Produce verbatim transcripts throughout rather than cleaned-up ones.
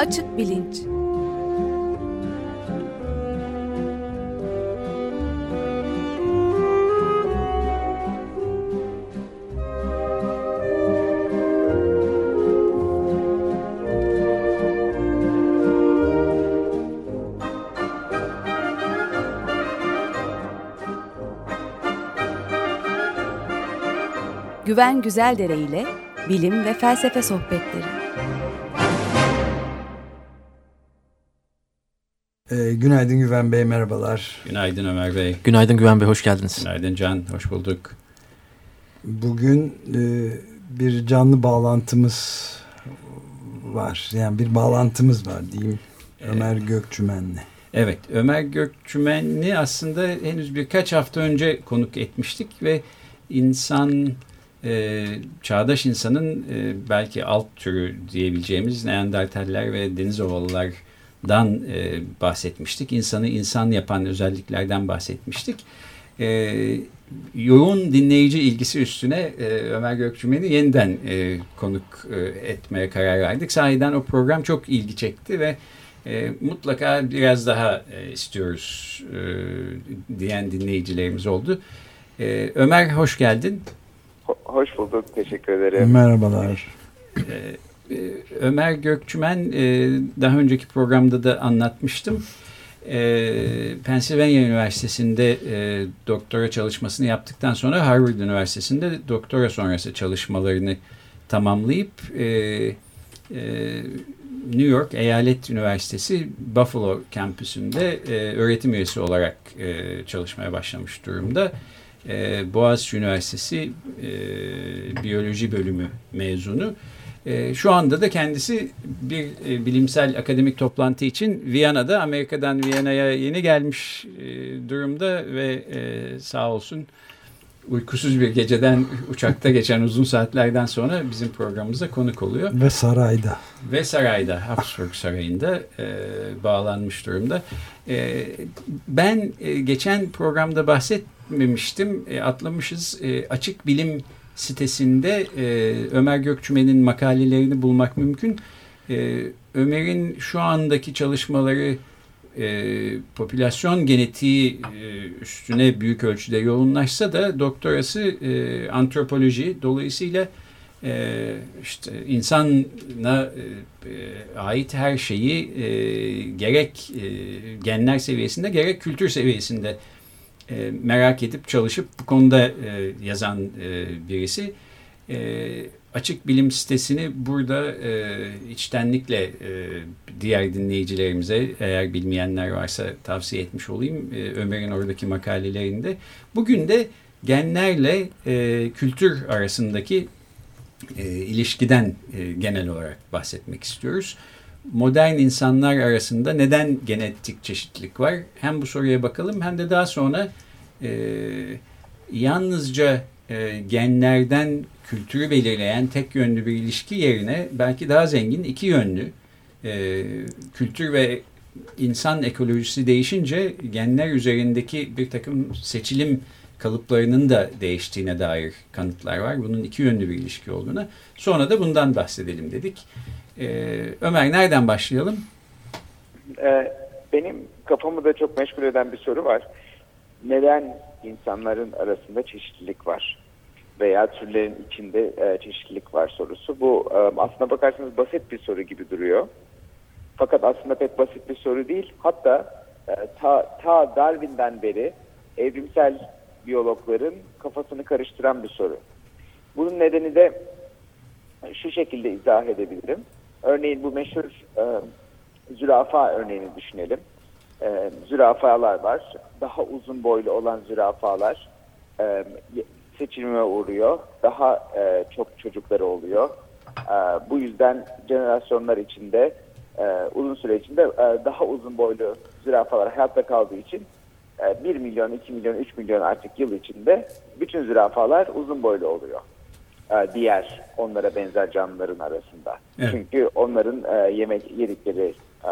Açık bilinç. Güven Güzeldere ile bilim ve felsefe sohbetleri. E, günaydın Güven Bey, merhabalar. Günaydın Ömer Bey. Günaydın Güven Bey, hoş geldiniz. Günaydın Can, hoş bulduk. Bugün e, bir canlı bağlantımız var. Yani bir bağlantımız var diyeyim. Evet. Ömer Gökçümen'le. Evet, Ömer Gökçümen'i aslında henüz birkaç hafta önce konuk etmiştik ve insan, e, çağdaş insanın e, belki alt türü diyebileceğimiz Neandertaller ve Denizovalılardan e, bahsetmiştik. İnsanı insan yapan özelliklerden bahsetmiştik. E, yoğun dinleyici ilgisi üstüne e, Ömer Gökçümen'i yeniden e, konuk e, etmeye karar verdik. Sahiden o program çok ilgi çekti ve e, mutlaka biraz daha e, istiyoruz e, diyen dinleyicilerimiz oldu. E, Ömer, hoş geldin. Hoş bulduk, teşekkür ederim. Merhabalar. E, e, Ömer Gökçümen, e, daha önceki programda da anlatmıştım. E, Pennsylvania Üniversitesi'nde e, doktora çalışmasını yaptıktan sonra Harvard Üniversitesi'nde doktora sonrası çalışmalarını tamamlayıp e, e, New York Eyalet Üniversitesi Buffalo kampüsünde e, öğretim üyesi olarak e, çalışmaya başlamış durumda. E, Boğaziçi Üniversitesi e, Biyoloji Bölümü mezunu. E, şu anda da kendisi bir e, bilimsel akademik toplantı için Viyana'da, Amerika'dan Viyana'ya yeni gelmiş e, durumda ve e, sağ olsun uykusuz bir geceden uçakta geçen uzun saatlerden sonra bizim programımıza konuk oluyor. Ve sarayda. Ve sarayda, Habsburg Sarayı'nda e, bağlanmış durumda. E, ben e, geçen programda bahsetmemiştim, e, atlamışız. E, Açık Bilim sitesinde e, Ömer Gökçümen'in makalelerini bulmak mümkün. E, Ömer'in şu andaki çalışmaları e, popülasyon genetiği e, üstüne büyük ölçüde yoğunlaşsa da doktorası e, antropoloji, dolayısıyla e, işte insana e, ait her şeyi e, gerek e, genler seviyesinde gerek kültür seviyesinde e, merak edip çalışıp bu konuda e, yazan e, birisi. E, Açık Bilim sitesini burada e, içtenlikle e, diğer dinleyicilerimize, eğer bilmeyenler varsa tavsiye etmiş olayım. E, Ömer'in oradaki makalelerinde. Bugün de genlerle e, kültür arasındaki e, ilişkiden e, genel olarak bahsetmek istiyoruz. Modern insanlar arasında neden genetik çeşitlilik var? Hem bu soruya bakalım hem de daha sonra e, yalnızca e, genlerden kültürü belirleyen tek yönlü bir ilişki yerine belki daha zengin iki yönlü e, kültür ve insan ekolojisi değişince genler üzerindeki bir takım seçilim kalıplarının da değiştiğine dair kanıtlar var. Bunun iki yönlü bir ilişki olduğuna. Sonra da bundan bahsedelim dedik. Ee, Ömer, nereden başlayalım? Ee, benim kafamı da çok meşgul eden bir soru var. Neden insanların arasında çeşitlilik var? Veya türlerin içinde e, çeşitlilik var sorusu. Bu e, aslına bakarsanız basit bir soru gibi duruyor. Fakat aslında pek basit bir soru değil. Hatta e, ta, ta Darwin'den beri evrimsel biyologların kafasını karıştıran bir soru. Bunun nedeni de şu şekilde izah edebilirim. Örneğin bu meşhur e, zürafa örneğini düşünelim. E, zürafalar var. Daha uzun boylu olan zürafalar e, seçilime uğruyor. Daha e, çok çocukları oluyor. E, bu yüzden jenerasyonlar içinde e, uzun süre içinde e, daha uzun boylu zürafalar hayatta kaldığı için e, bir milyon, iki milyon, üç milyon artık yıl içinde bütün zürafalar uzun boylu oluyor. E, diğer onlara benzer canlıların arasında. Evet. Çünkü onların e, yemek yedikleri e,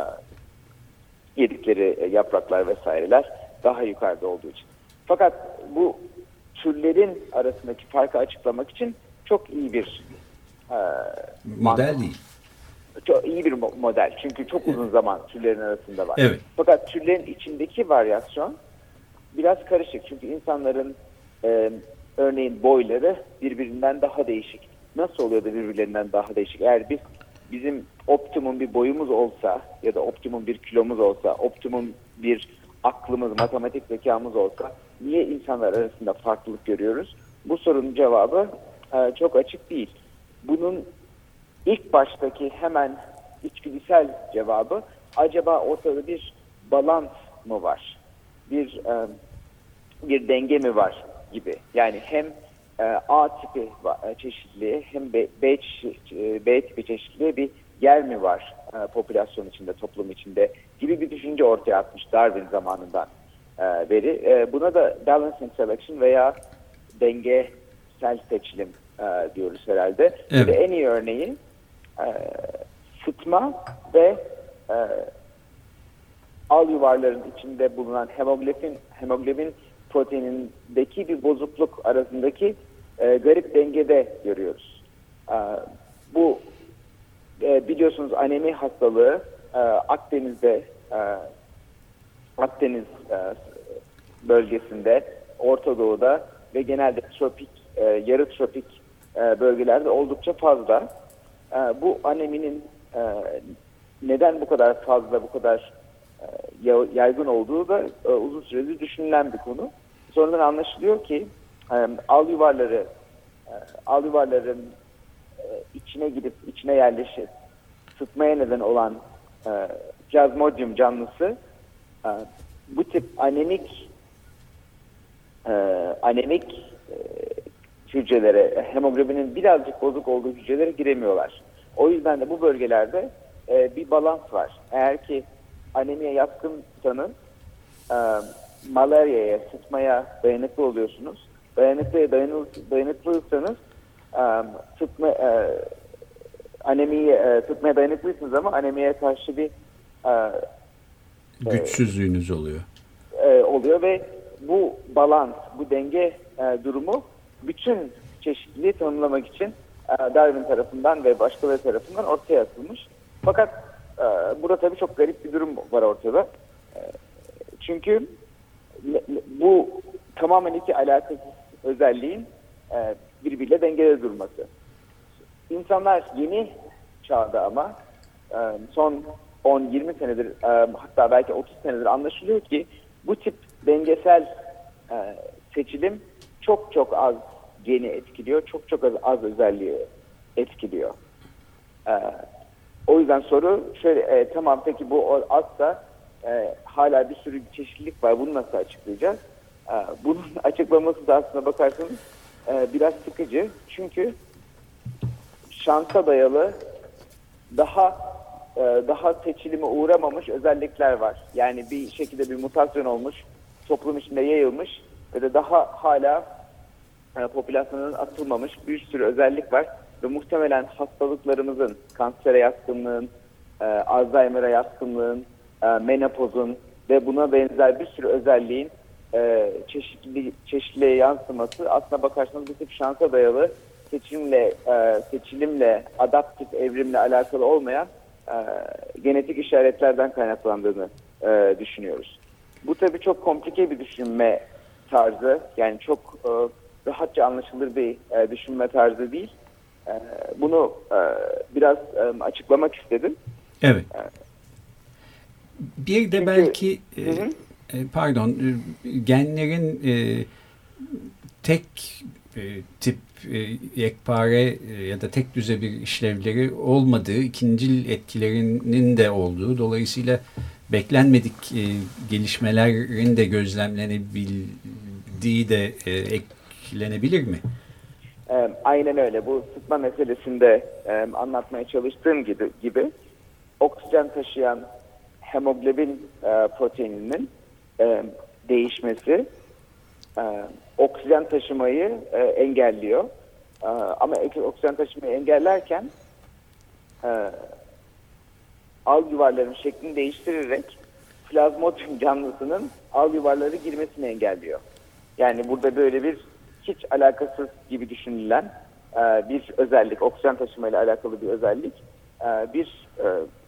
yedikleri yapraklar vesaireler daha yukarıda olduğu için. Fakat bu türlerin arasındaki farkı açıklamak için çok iyi bir e, model değil. çok iyi bir model. Çünkü çok uzun zaman türlerin arasında var. Evet. Fakat türlerin içindeki varyasyon biraz karışık. Çünkü insanların e, örneğin boyları birbirinden daha değişik. Nasıl oluyor da birbirlerinden daha değişik? Eğer biz bizim optimum bir boyumuz olsa ya da optimum bir kilomuz olsa, optimum bir aklımız, matematik zekamız olsa niye insanlar arasında farklılık görüyoruz? Bu sorunun cevabı e, çok açık değil. Bunun ilk baştaki hemen içgüdüsel cevabı, acaba ortada bir balans mı var? Bir e, bir denge mi var gibi. Yani hem e, A tipi e, çeşitliliği hem B, B, B tipi çeşitliliği bir yer mi var e, popülasyon içinde, toplum içinde gibi bir düşünce ortaya atmış Darwin zamanından e, beri. E, buna da balancing selection veya dengesel seçilim e, diyoruz herhalde. Evet. Ve en iyi örneği e, sıtma ve e, al yuvarların içinde bulunan hemoglobin hemoglobin proteinindeki bir bozukluk arasındaki e, garip dengede görüyoruz. E, bu e, biliyorsunuz anemi hastalığı e, Akdeniz'de e, Akdeniz e, bölgesinde, Orta Doğu'da ve genelde tropik, e, yarı tropik e, bölgelerde oldukça fazla. E, bu aneminin e, neden bu kadar fazla, bu kadar e, yaygın olduğu da e, uzun süredir düşünülen bir konu. Sonradan anlaşılıyor ki e, al yuvarları, e, al yuvarların e, içine gidip içine yerleşip sıtmaya neden olan e, Plasmodium canlısı e, bu tip anemik e, anemik e, hücrelere, hemoglobinin birazcık bozuk olduğu hücrelere giremiyorlar. O yüzden de bu bölgelerde e, bir balans var. Eğer ki anemiye yatkınsanız e, malaryaya, sıtmaya dayanıklı oluyorsunuz. Dayanıklıya dayanıklı, dayanıklıysanız e, sıtma, e, anemiye, e, sıtmaya dayanıklıysanız ama anemiye karşı bir e, güçsüzlüğünüz oluyor. E, oluyor ve bu balans, bu denge e, durumu bütün çeşitliliği tanımlamak için e, Darwin tarafından ve başkaları tarafından ortaya atılmış. Fakat e, burada tabii çok garip bir durum var ortada. E, çünkü bu tamamen iki alakasız özelliğin e, birbiriyle dengede durması. İnsanlar yeni çağda ama e, son on yirmi senedir e, hatta belki otuz senedir anlaşılıyor ki bu tip dengesel e, seçilim çok çok az geni etkiliyor, çok çok az, az özelliği etkiliyor. E, o yüzden soru şöyle, e, tamam peki bu azsa e, hala bir sürü çeşitlilik var, bunu nasıl açıklayacağız? E, bunun açıklaması da aslına bakarsanız e, biraz sıkıcı. Çünkü şansa dayalı daha e, daha seçilime uğramamış özellikler var. Yani bir şekilde bir mutasyon olmuş, toplum içinde yayılmış ve de daha hala e, popülasyonun atılmamış bir sürü özellik var. Ve muhtemelen hastalıklarımızın, kansere yatkınlığın, e, Alzheimer'a yatkınlığın, e, menopozun ve buna benzer bir sürü özelliğin e, çeşitli çeşitliliğe yansıması aslına bakarsanız bu tip şansa dayalı seçimle, e, seçilimle, adaptif evrimle alakalı olmayan e, genetik işaretlerden kaynaklandığını e, düşünüyoruz. Bu tabii çok komplike bir düşünme tarzı, yani çok e, rahatça anlaşılır bir e, düşünme tarzı değil. E, bunu e, biraz e, açıklamak istedim. Evet. Bir de Çünkü, belki hı hı. e, pardon genlerin e, tek e, tip e, yekpare e, ya da tek düze bir işlevleri olmadığı, ikincil etkilerinin de olduğu, dolayısıyla beklenmedik e, gelişmelerin de gözlemlenebildiği de e, eklenebilir mi? E, aynen öyle. Bu sıtma meselesinde e, anlatmaya çalıştığım gibi, gibi oksijen taşıyan hemoglobin e, proteininin e, değişmesi e, oksijen taşımayı e, engelliyor. E, ama oksijen taşımayı engellerken e, al yuvarların şeklini değiştirerek plazmodium canlısının al yuvarları girmesini engelliyor. Yani burada böyle bir hiç alakasız gibi düşünülen e, bir özellik, oksijen taşımayla alakalı bir özellik e, bir e,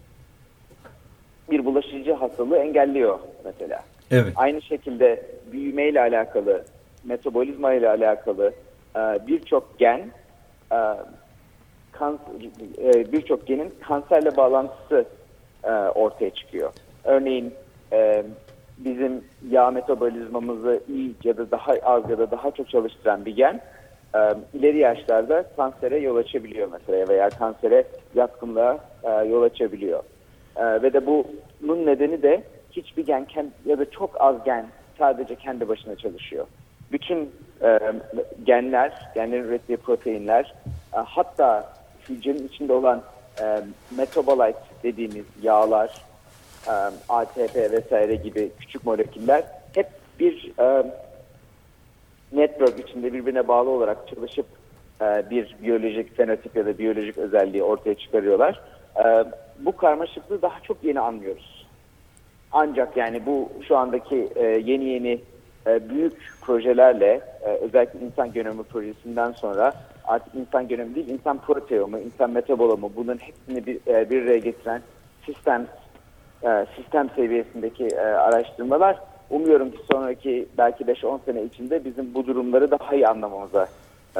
bir bulaşıcı hastalığı engelliyor mesela. Evet. Aynı şekilde büyümeyle alakalı, metabolizma ile alakalı e, birçok gen, e, kan, e, birçok genin kanserle bağlantısı e, ortaya çıkıyor. Örneğin e, bizim yağ metabolizmamızı iyi ya da daha az ya da daha çok çalıştıran bir gen e, ileri yaşlarda kansere yol açabiliyor mesela veya kansere yatkınlığa e, yol açabiliyor. E, ve de bunun nedeni de hiçbir gen ya da çok az gen sadece kendi başına çalışıyor. Bütün e, genler, genlerin ürettiği proteinler, e, hatta hücrenin içinde olan e, metabolite dediğimiz yağlar, e, A T P vesaire gibi küçük moleküller hep bir e, network içinde birbirine bağlı olarak çalışıp e, bir biyolojik fenotip ya da biyolojik özelliği ortaya çıkarıyorlar. E, bu karmaşıklığı daha çok yeni anlıyoruz. Ancak yani bu şu andaki e, yeni yeni e, büyük projelerle e, özellikle insan genomu projesinden sonra artık insan genomu değil, insan proteomu, insan metabolomu bunların hepsini bir, e, bir araya getiren sistem e, sistem seviyesindeki e, araştırmalar umuyorum ki sonraki belki beş on sene içinde bizim bu durumları daha iyi anlamamıza e,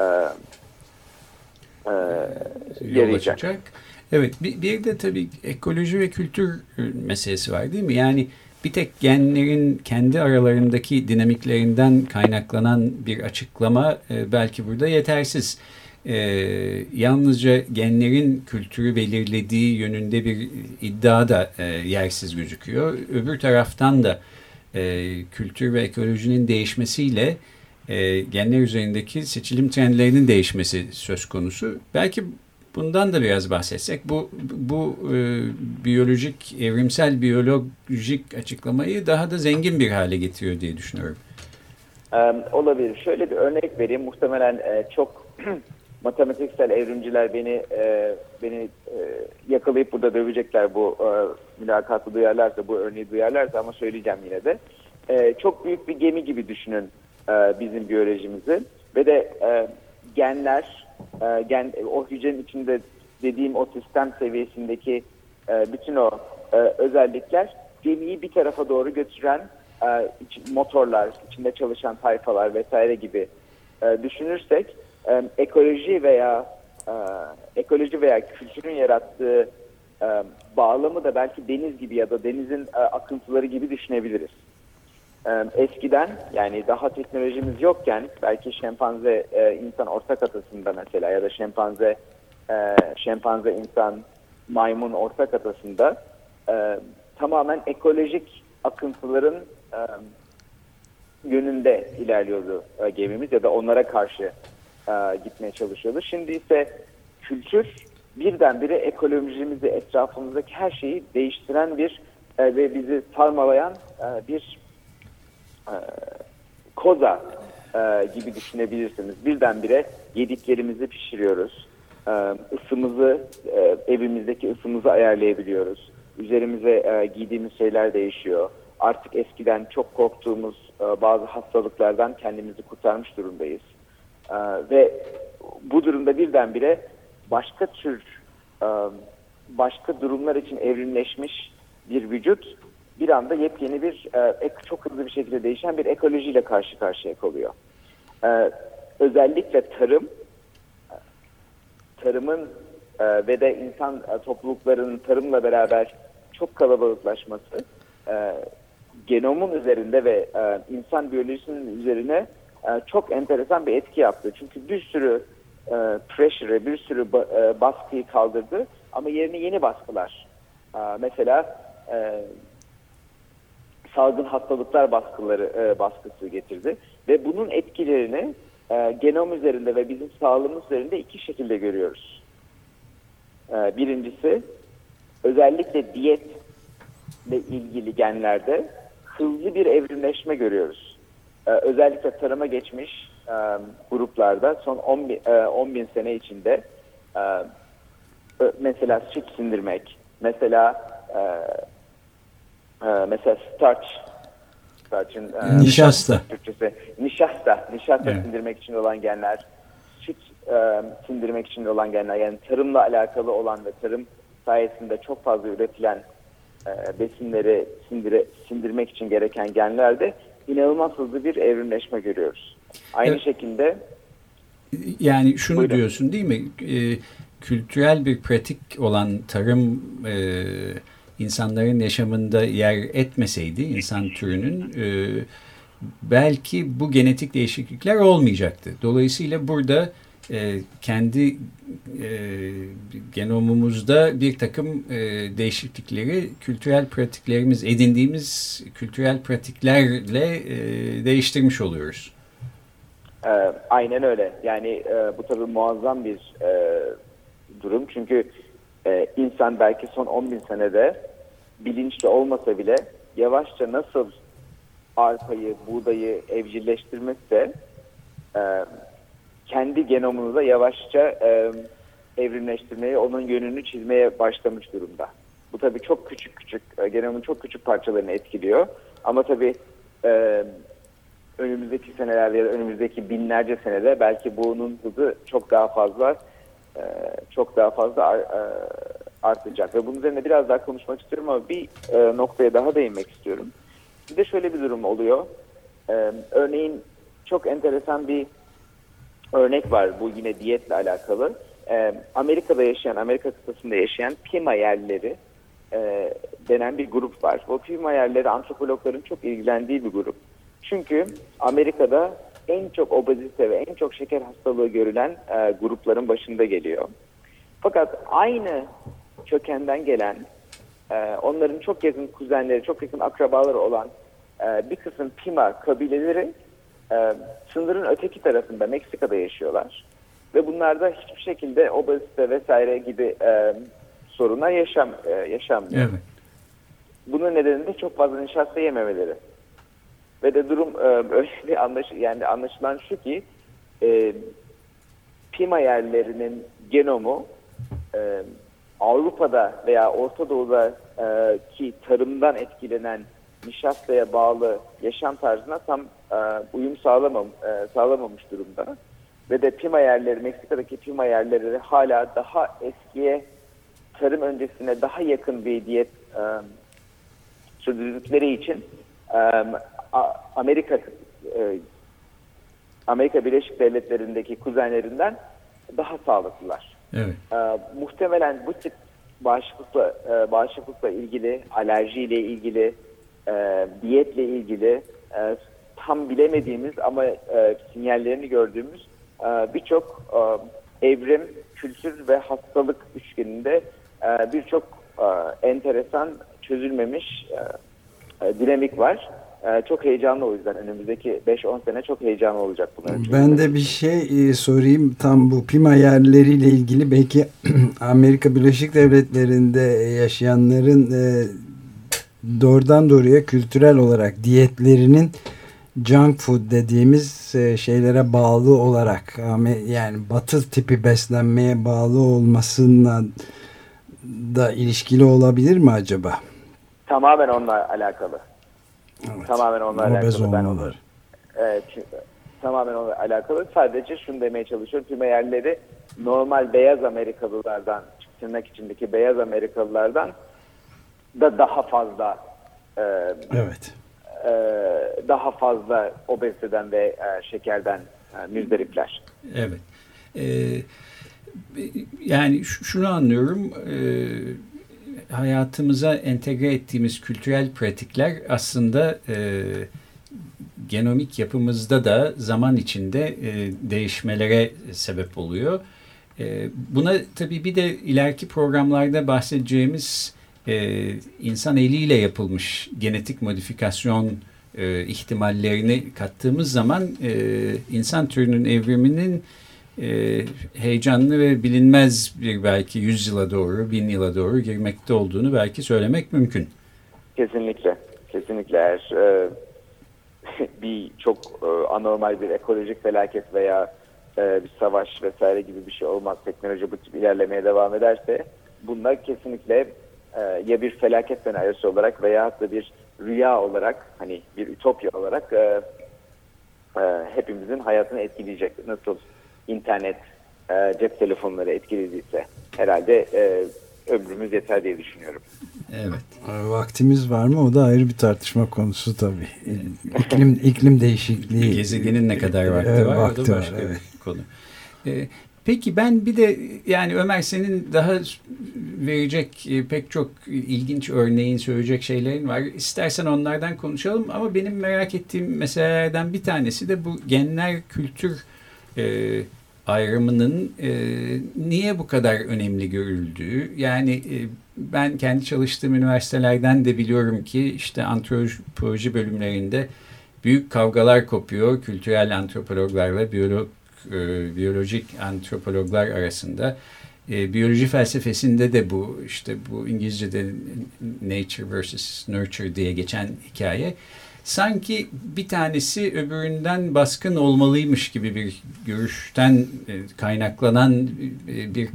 e, yol açacak. Evet, bir, bir de tabii ekoloji ve kültür meselesi var değil mi? Yani bir tek genlerin kendi aralarındaki dinamiklerinden kaynaklanan bir açıklama e, belki burada yetersiz. E, yalnızca genlerin kültürü belirlediği yönünde bir iddia da e, yersiz gözüküyor. Öbür taraftan da e, kültür ve ekolojinin değişmesiyle e, genler üzerindeki seçilim trendlerinin değişmesi söz konusu. Belki bundan da biraz bahsetsek, bu bu e, biyolojik, evrimsel biyolojik açıklamayı daha da zengin bir hale getiriyor diye düşünüyorum. Ee, olabilir. Şöyle bir örnek vereyim. Muhtemelen e, çok matematiksel evrimciler beni e, beni e, yakalayıp burada dövecekler bu e, mülakatı duyarlarsa, bu örneği duyarlarsa ama söyleyeceğim yine de. E, çok büyük bir gemi gibi düşünün e, bizim biyolojimizi ve de e, genler, e, gen, o hücrenin içinde dediğim o sistem seviyesindeki e, bütün o e, özellikler gemiyi bir tarafa doğru götüren e, iç, motorlar, içinde çalışan tayfalar vesaire gibi e, düşünürsek e, ekoloji veya e, ekoloji veya kültürün yarattığı e, bağlamı da belki deniz gibi ya da denizin e, akıntıları gibi düşünebiliriz. Eskiden yani daha teknolojimiz yokken belki şempanze e, insan ortak atasında mesela ya da şempanze e, şempanze insan maymun ortak atasında e, tamamen ekolojik akıntıların e, yönünde ilerliyordu e, gemimiz ya da onlara karşı e, gitmeye çalışıyordu. Şimdi ise kültür birdenbire ekolojimizi, etrafımızdaki her şeyi değiştiren bir e, ve bizi sarmalayan e, bir koza e, gibi düşünebilirsiniz. Birdenbire yediklerimizi pişiriyoruz. E, ısımızı, e, evimizdeki ısımızı ayarlayabiliyoruz. Üzerimize e, giydiğimiz şeyler değişiyor. Artık eskiden çok korktuğumuz e, bazı hastalıklardan kendimizi kurtarmış durumdayız. E, ve bu durumda birdenbire başka tür, e, başka durumlar için evrimleşmiş bir vücut bir anda yepyeni bir, e, çok hızlı bir şekilde değişen bir ekolojiyle karşı karşıya kalıyor. E, özellikle tarım, tarımın e, ve de insan e, topluluklarının tarımla beraber çok kalabalıklaşması, e, genomun üzerinde ve e, insan biyolojisinin üzerine e, çok enteresan bir etki yaptı. Çünkü bir sürü e, pressure, bir sürü ba, e, baskıyı kaldırdı ama yerine yeni baskılar. E, mesela e, salgın hastalıklar baskıları e, baskısı getirdi ve bunun etkilerini e, genom üzerinde ve bizim sağlığımız üzerinde iki şekilde görüyoruz. E, birincisi özellikle diyetle ilgili genlerde hızlı bir evrimleşme görüyoruz. E, özellikle tarıma geçmiş e, gruplarda son on bin, e, on bin sene içinde e, mesela süt sindirmek, mesela e, Ee, mesela starch, starch'ın e, nişasta, Türkçesi nişasta, nişasta evet. sindirmek için olan genler, süt e, sindirmek için olan genler, yani tarımla alakalı olan ve tarım sayesinde çok fazla üretilen e, besinleri sindire, sindirmek için gereken genlerde inanılmaz hızlı bir evrimleşme görüyoruz. Aynı Evet. şekilde yani şunu Buyurun. diyorsun değil mi? E, kültürel bir pratik olan tarım e, insanların yaşamında yer etmeseydi insan türünün e, belki bu genetik değişiklikler olmayacaktı. Dolayısıyla burada e, kendi e, genomumuzda bir takım e, değişiklikleri kültürel pratiklerimiz, edindiğimiz kültürel pratiklerle e, değiştirmiş oluyoruz. e, aynen öyle. Yani e, bu tabii muazzam bir e, durum. Çünkü e, insan belki son on bin senede bilinçli olmasa bile yavaşça nasıl arpayı, buğdayı evcilleştirmekse e, kendi genomunu da yavaşça e, evrimleştirmeye, onun yönünü çizmeye başlamış durumda. Bu tabii çok küçük küçük, e, genomun çok küçük parçalarını etkiliyor. Ama tabii e, önümüzdeki senelerde ya da önümüzdeki binlerce senede belki bunun hızı çok daha fazla e, çok daha fazla ar, e, artacak. Ve bunun üzerine biraz daha konuşmak istiyorum ama bir e, noktaya daha değinmek istiyorum. Bir de şöyle bir durum oluyor. Ee, örneğin çok enteresan bir örnek var. Bu yine diyetle alakalı. Ee, Amerika'da yaşayan, Amerika kıtasında yaşayan Pima yerlileri e, denen bir grup var. Bu Pima yerlileri antropologların çok ilgilendiği bir grup. Çünkü Amerika'da en çok obezite ve en çok şeker hastalığı görülen e, grupların başında geliyor. Fakat aynı kökenden gelen, Ee, onların çok yakın kuzenleri, çok yakın akrabaları olan e, bir kısım Pima kabileleri e, sınırın öteki tarafında Meksika'da yaşıyorlar. Ve bunlarda hiçbir şekilde obezite vesaire gibi e, sorunlar yaşam, e, yaşanmıyor. Evet. Bunun nedeni de çok fazla nişasta yememeleri. Ve de durum e, öyle bir anlaş, yani anlaşılan şu ki e, Pima yerlerinin genomu e, Avrupa'da veya Orta Doğu'da e, ki tarımdan etkilenen nişastaya bağlı yaşam tarzına tam e, uyum sağlamam, e, sağlamamış durumda. Ve de Pima yerleri, Meksika'daki Pima yerleri hala daha eskiye, tarım öncesine daha yakın bir diyet e, sürdürdükleri için e, Amerika e, Amerika Birleşik Devletleri'ndeki kuzenlerinden daha sağlıklılar. Evet. Ee, muhtemelen bu tip bağışıklıkla, e, bağışıklıkla ilgili, alerjiyle ilgili, e, diyetle ilgili e, tam bilemediğimiz ama e, sinyallerini gördüğümüz e, birçok e, evrim, kültür ve hastalık üçgeninde e, birçok e, enteresan çözülmemiş e, e, dinamik var. Ee, çok heyecanlı o yüzden. Önümüzdeki beş on sene çok heyecanlı olacak bunların. Ben de bir şey e, sorayım. Tam bu Pima yerleriyle ilgili belki Amerika Birleşik Devletleri'nde yaşayanların e, doğrudan doğruya kültürel olarak diyetlerinin junk food dediğimiz e, şeylere bağlı olarak yani batı tipi beslenmeye bağlı olmasına da ilişkili olabilir mi acaba? Tamamen onunla alakalı. Evet. Tamamen onunla Obez alakalı. Ben onu, olmaları. evet, tamamen onunla alakalı. Sadece şunu demeye çalışıyorum. Pima yerleri normal beyaz Amerikalılardan, tırnak içindeki beyaz Amerikalılardan da daha fazla e, evet. e, daha fazla obeziteden ve e, şekerden e, müzdaripler. Evet. Ee, yani şunu anlıyorum. E, hayatımıza entegre ettiğimiz kültürel pratikler aslında e, genomik yapımızda da zaman içinde e, değişmelere sebep oluyor. E, buna tabii bir de ileriki programlarda bahsedeceğimiz e, insan eliyle yapılmış genetik modifikasyon e, ihtimallerini kattığımız zaman e, insan türünün evriminin e, heyecanlı ve bilinmez bir belki yüz yıla doğru, bin yıla doğru girmekte olduğunu belki söylemek mümkün. Kesinlikle. Kesinlikle. Eğer e, bir çok e, anormal bir ekolojik felaket veya e, bir savaş vesaire gibi bir şey olmaz. Teknoloji bu tip ilerlemeye devam ederse bunlar kesinlikle e, ya bir felaket senaryosu olarak veya da bir rüya olarak, hani bir ütopya olarak e, e, hepimizin hayatını etkileyecek. Nasıl internet, e, cep telefonları etkilediyse herhalde e, ömrümüz yeter diye düşünüyorum. Evet. Vaktimiz var mı? O da ayrı bir tartışma konusu tabii. İklim, iklim değişikliği. Gezegenin ne kadar vakti evet, var? Vakti o da başka var, evet. bir konu. Ee, peki ben bir de yani Ömer senin daha verecek e, pek çok ilginç örneğin, söyleyecek şeylerin var. İstersen onlardan konuşalım ama benim merak ettiğim meselelerden bir tanesi de bu genler kültür e, ayrımının e, niye bu kadar önemli görüldüğü. Yani e, ben kendi çalıştığım üniversitelerden de biliyorum ki işte antropoloji bölümlerinde büyük kavgalar kopuyor kültürel antropologlarla biyolog, e, biyolojik antropologlar arasında. E, biyoloji felsefesinde de bu işte bu İngilizce'de nature versus nurture diye geçen hikaye. Sanki bir tanesi öbüründen baskın olmalıymış gibi bir görüşten e, kaynaklanan e, bir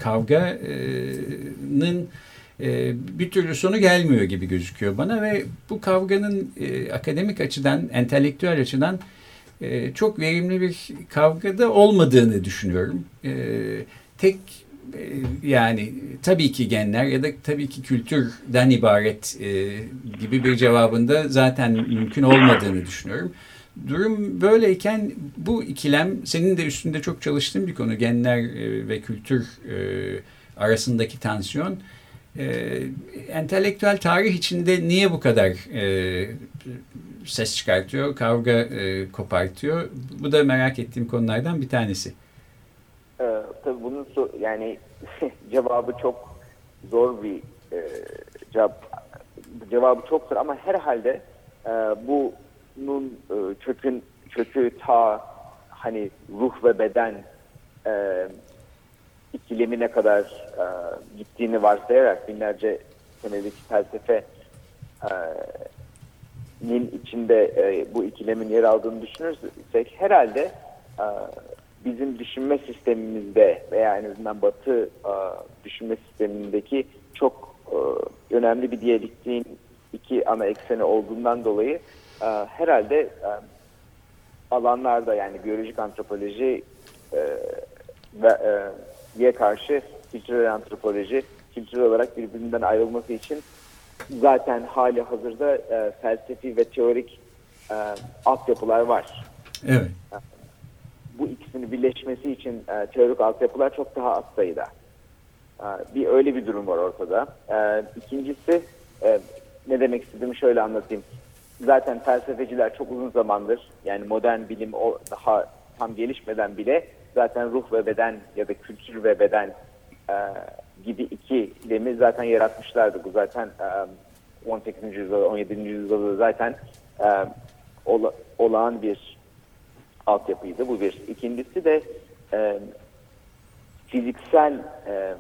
kavganın e, bir türlü sonu gelmiyor gibi gözüküyor bana ve bu kavganın e, akademik açıdan, entelektüel açıdan e, çok verimli bir kavgada olmadığını düşünüyorum. E, tek e, yani tabii ki genler ya da tabii ki kültürden ibaret e, gibi bir cevabında zaten mümkün olmadığını düşünüyorum. Durum böyleyken bu ikilem senin de üstünde çok çalıştığın bir konu, genler e, ve kültür e, arasındaki tansiyon. E, entelektüel tarih içinde niye bu kadar e, ses çıkartıyor, kavga e, kopartıyor? Bu da merak ettiğim konulardan bir tanesi. Ee, tabii bunun so yani cevabı çok zor bir e, cevap. Cevabı çok zor ama herhalde e, bunun e, kökün kökü ta hani ruh ve beden e, ikilemine kadar e, gittiğini varsayarak binlerce senelik felsefenin içinde e, bu ikilemin yer aldığını düşünürsek herhalde e, bizim düşünme sistemimizde veya en azından Batı e, düşünme sistemindeki çok e, önemli bir diyalektiğin iki ana ekseni olduğundan dolayı e, herhalde e, alanlarda yani biyolojik antropoloji e, ve e, diye karşı kültürel antropoloji kültürel olarak birbirinden ayrılması için zaten hali hazırda e, felsefi ve teorik e, altyapılar var. Evet. Bu ikisinin birleşmesi için e, teorik altyapılar çok daha az sayıda. E, bir öyle bir durum var ortada. E, ikincisi e, ne demek istediğimi şöyle anlatayım. Zaten felsefeciler çok uzun zamandır yani modern bilim o daha tam gelişmeden bile zaten ruh ve beden ya da kültür ve beden e, gibi ikilemi zaten yaratmışlardı. Bu zaten e, on sekizinci yüzyılda, on yedinci yüzyılda zaten e, ola, olağan bir altyapıydı. Bu bir. İkincisi de e, fiziksel e,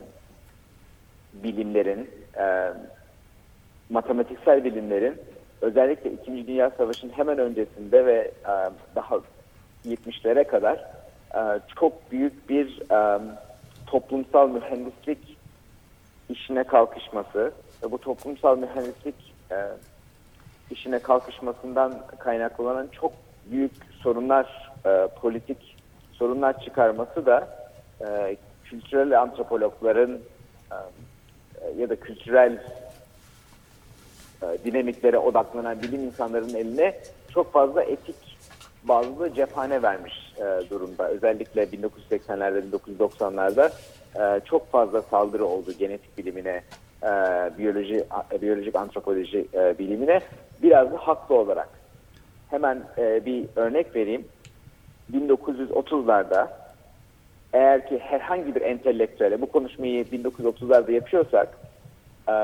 bilimlerin, e, matematiksel bilimlerin özellikle İkinci Dünya Savaşı'nın hemen öncesinde ve e, daha yetmişlere kadar e, çok büyük bir e, toplumsal mühendislik işine kalkışması ve bu toplumsal mühendislik e, işine kalkışmasından kaynaklanan çok büyük sorunlar, e, politik sorunlar çıkarması da e, kültürel antropologların e, ya da kültürel e, dinamiklere odaklanan bilim insanlarının eline çok fazla etik bazı cephane vermiş e, durumda. Özellikle bin dokuz yüz seksenlerde, bin dokuz yüz doksanlarda e, çok fazla saldırı oldu genetik bilimine, e, biyoloji, a, biyolojik antropoloji e, bilimine. Biraz da haklı olarak. Hemen e, bir örnek vereyim. bin dokuz yüz otuzlarda eğer ki herhangi bir entelektüele bu konuşmayı bin dokuz yüz otuzlarda yapıyorsak e,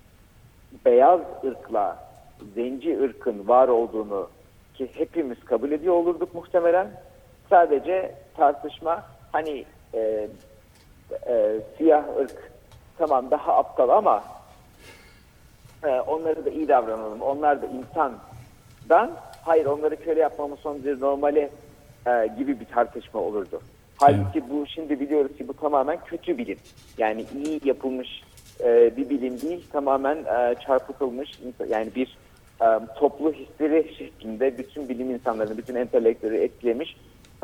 beyaz ırkla zenci ırkın var olduğunu ki hepimiz kabul ediyor olurduk muhtemelen. Sadece tartışma hani e, e, siyah ırk tamam daha aptal ama e, onları da iyi davranalım. Onlar da insandan hayır onları köle yapmamız son derece normali e, gibi bir tartışma olurdu. Halbuki bu şimdi biliyoruz ki bu tamamen kötü bilim. Yani iyi yapılmış e, bir bilim değil, tamamen e, çarpıtılmış yani bir e, toplu histeri şeklinde bütün bilim insanlarını, bütün entelektüeli etkilemiş e,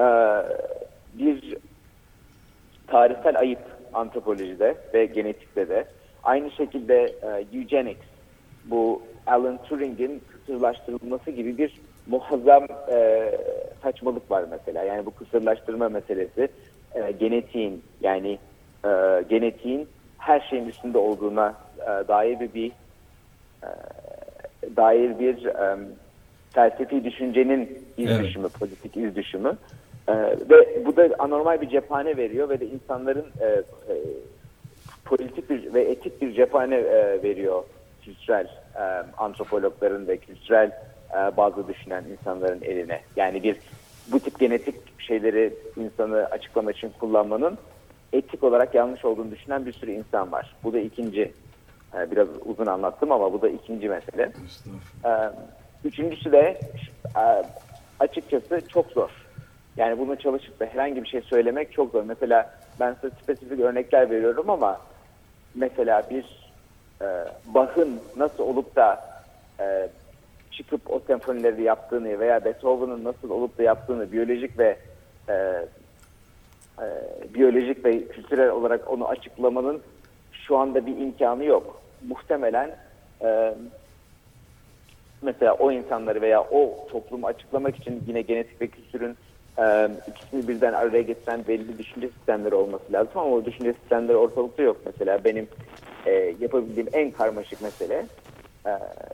bir tarihsel ayıp antropolojide ve genetikte de. Aynı şekilde e, eugenics, bu Alan Turing'in kısırlaştırılması gibi bir muazzam e, saçmalık var mesela. Yani bu kısırlaştırma meselesi e, genetiğin yani e, genetiğin her şeyin üstünde olduğuna e, dair bir, bir e, dair bir e, felsefi düşüncenin iz evet. düşümü, politik iz düşümü. E, ve bu da anormal bir cephane veriyor ve de insanların e, e, politik bir ve etik bir cephane e, veriyor kültürel e, antropologların ve kültürel e, bazı düşünen insanların eline. Yani bir bu tip genetik şeyleri insanı açıklamak için kullanmanın etik olarak yanlış olduğunu düşünen bir sürü insan var. Bu da ikinci, e, biraz uzun anlattım ama bu da ikinci mesele. E, üçüncüsü de e, açıkçası çok zor. Yani bunu çalışıp da herhangi bir şey söylemek çok zor. Mesela ben size spesifik örnekler veriyorum ama mesela bir e, Bach'ın nasıl olup da e, çıkıp o senfonileri yaptığını veya Beethoven'ın nasıl olup da yaptığını biyolojik ve e, e, biyolojik ve kültürel olarak onu açıklamanın şu anda bir imkanı yok. Muhtemelen e, mesela o insanları veya o toplumu açıklamak için yine genetik ve kültürün e, ikisini birden araya getiren belli düşünce sistemleri olması lazım ama o düşünce sistemleri ortalıkta yok. Mesela benim e, yapabildiğim en karmaşık mesele e,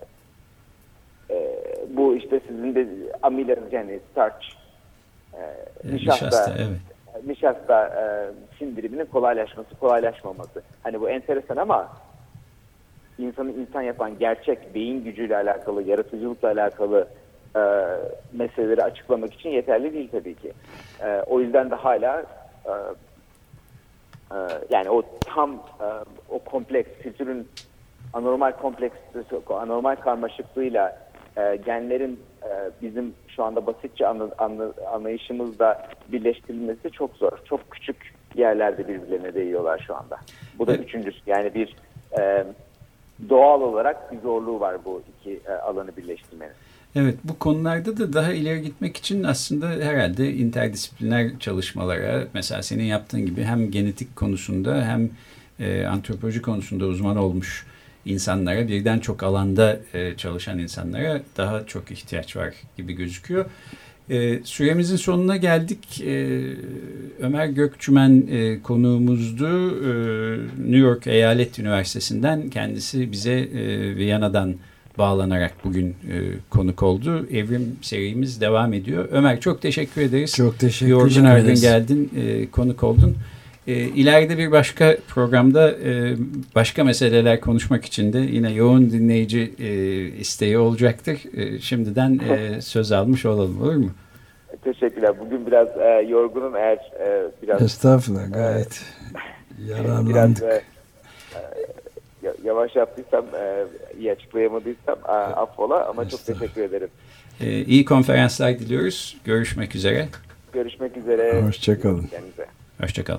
e, bu işte sizin de amilaz yani starch e, nişasta, nişasta, evet. nişasta e, sindiriminin kolaylaşması, kolaylaşmaması. Hani bu enteresan ama insanı insan yapan gerçek beyin gücüyle alakalı, yaratıcılıkla alakalı e, meseleleri açıklamak için yeterli değil tabii ki. E, o yüzden de hala e, e, yani o tam e, o kompleks, kültürün anormal kompleks, anormal karmaşıklığıyla e, genlerin e, bizim şu anda basitçe anlı, anlı, anlayışımızda birleştirilmesi çok zor. Çok küçük yerlerde birbirlerine değiyorlar şu anda. Bu da üçüncüsü. Yani bir e, doğal olarak bir zorluğu var bu iki e, alanı birleştirmenin. Evet, bu konularda da daha ileri gitmek için aslında herhalde interdisipliner çalışmalara, mesela senin yaptığın gibi hem genetik konusunda hem e, antropoloji konusunda uzman olmuş insanlara, birden çok alanda e, çalışan insanlara daha çok ihtiyaç var gibi gözüküyor. E, süremizin sonuna geldik. E, Ömer Gökçümen e, konuğumuzdu. E, New York Eyalet Üniversitesi'nden, kendisi bize e, Viyana'dan bağlanarak bugün e, konuk oldu. Evrim serimiz devam ediyor. Ömer, çok teşekkür ederiz. Çok teşekkür Yorgun ederiz. argın geldin, e, konuk oldun. E, ileride bir başka programda e, başka meseleler konuşmak için de yine yoğun dinleyici e, isteği olacaktır. E, şimdiden e, söz almış olalım, olur mu? Teşekkürler. Bugün biraz e, yorgunum, eğer e, biraz... Estağfurullah, gayet e, yararlandık. Biraz, e, e, yavaş yaptıysam, e, iyi açıklayamadıysam e, affola ama çok teşekkür ederim. E, iyi konferanslar diliyoruz. Görüşmek üzere. Görüşmek üzere. Hoşçakalın. Kendinize. Hoşçakalın.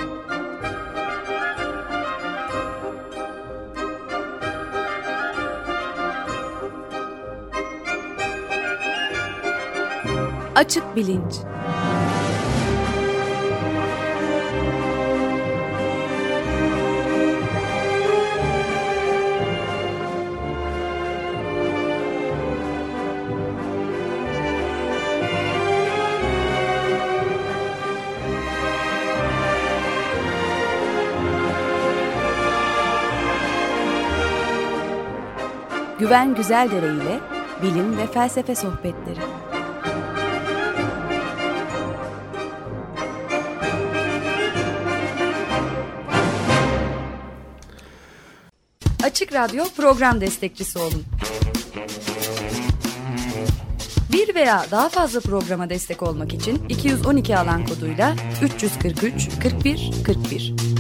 Açık Bilinç. Güven Güzeldere ile bilim ve felsefe sohbetleri. Açık Radyo program destekçisi olun. Bir veya daha fazla programa destek olmak için iki yüz on iki alan koduyla üç yüz kırk üç kırk bir kırk bir